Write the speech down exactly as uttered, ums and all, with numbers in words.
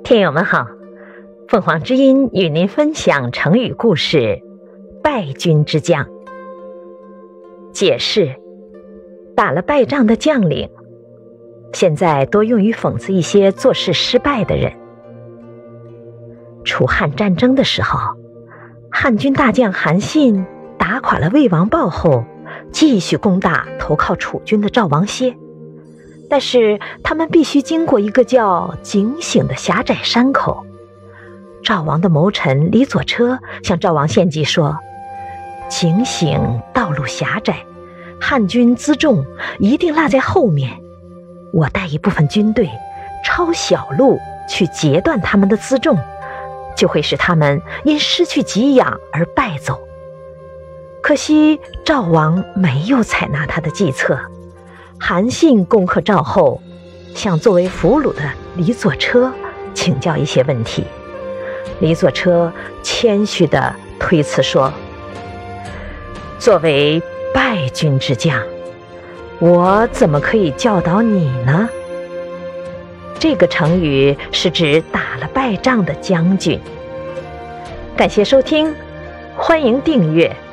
听友们好，凤凰之音与您分享成语故事败军之将。解释：打了败仗的将领，现在多用于讽刺一些做事失败的人。楚汉战争的时候，汉军大将韩信打垮了魏王豹后，继续攻打投靠楚军的赵王歇，但是他们必须经过一个叫井陉的狭窄山口。赵王的谋臣李左车向赵王献计说，井陉道路狭窄，汉军辎重一定落在后面，我带一部分军队抄小路去截断他们的辎重，就会使他们因失去给养而败走。可惜赵王没有采纳他的计策，韩信攻克赵后，向作为俘虏的李左车请教一些问题。李左车谦虚地推辞说，作为败军之将，我怎么可以教导你呢？这个成语是指打了败仗的将军。感谢收听，欢迎订阅。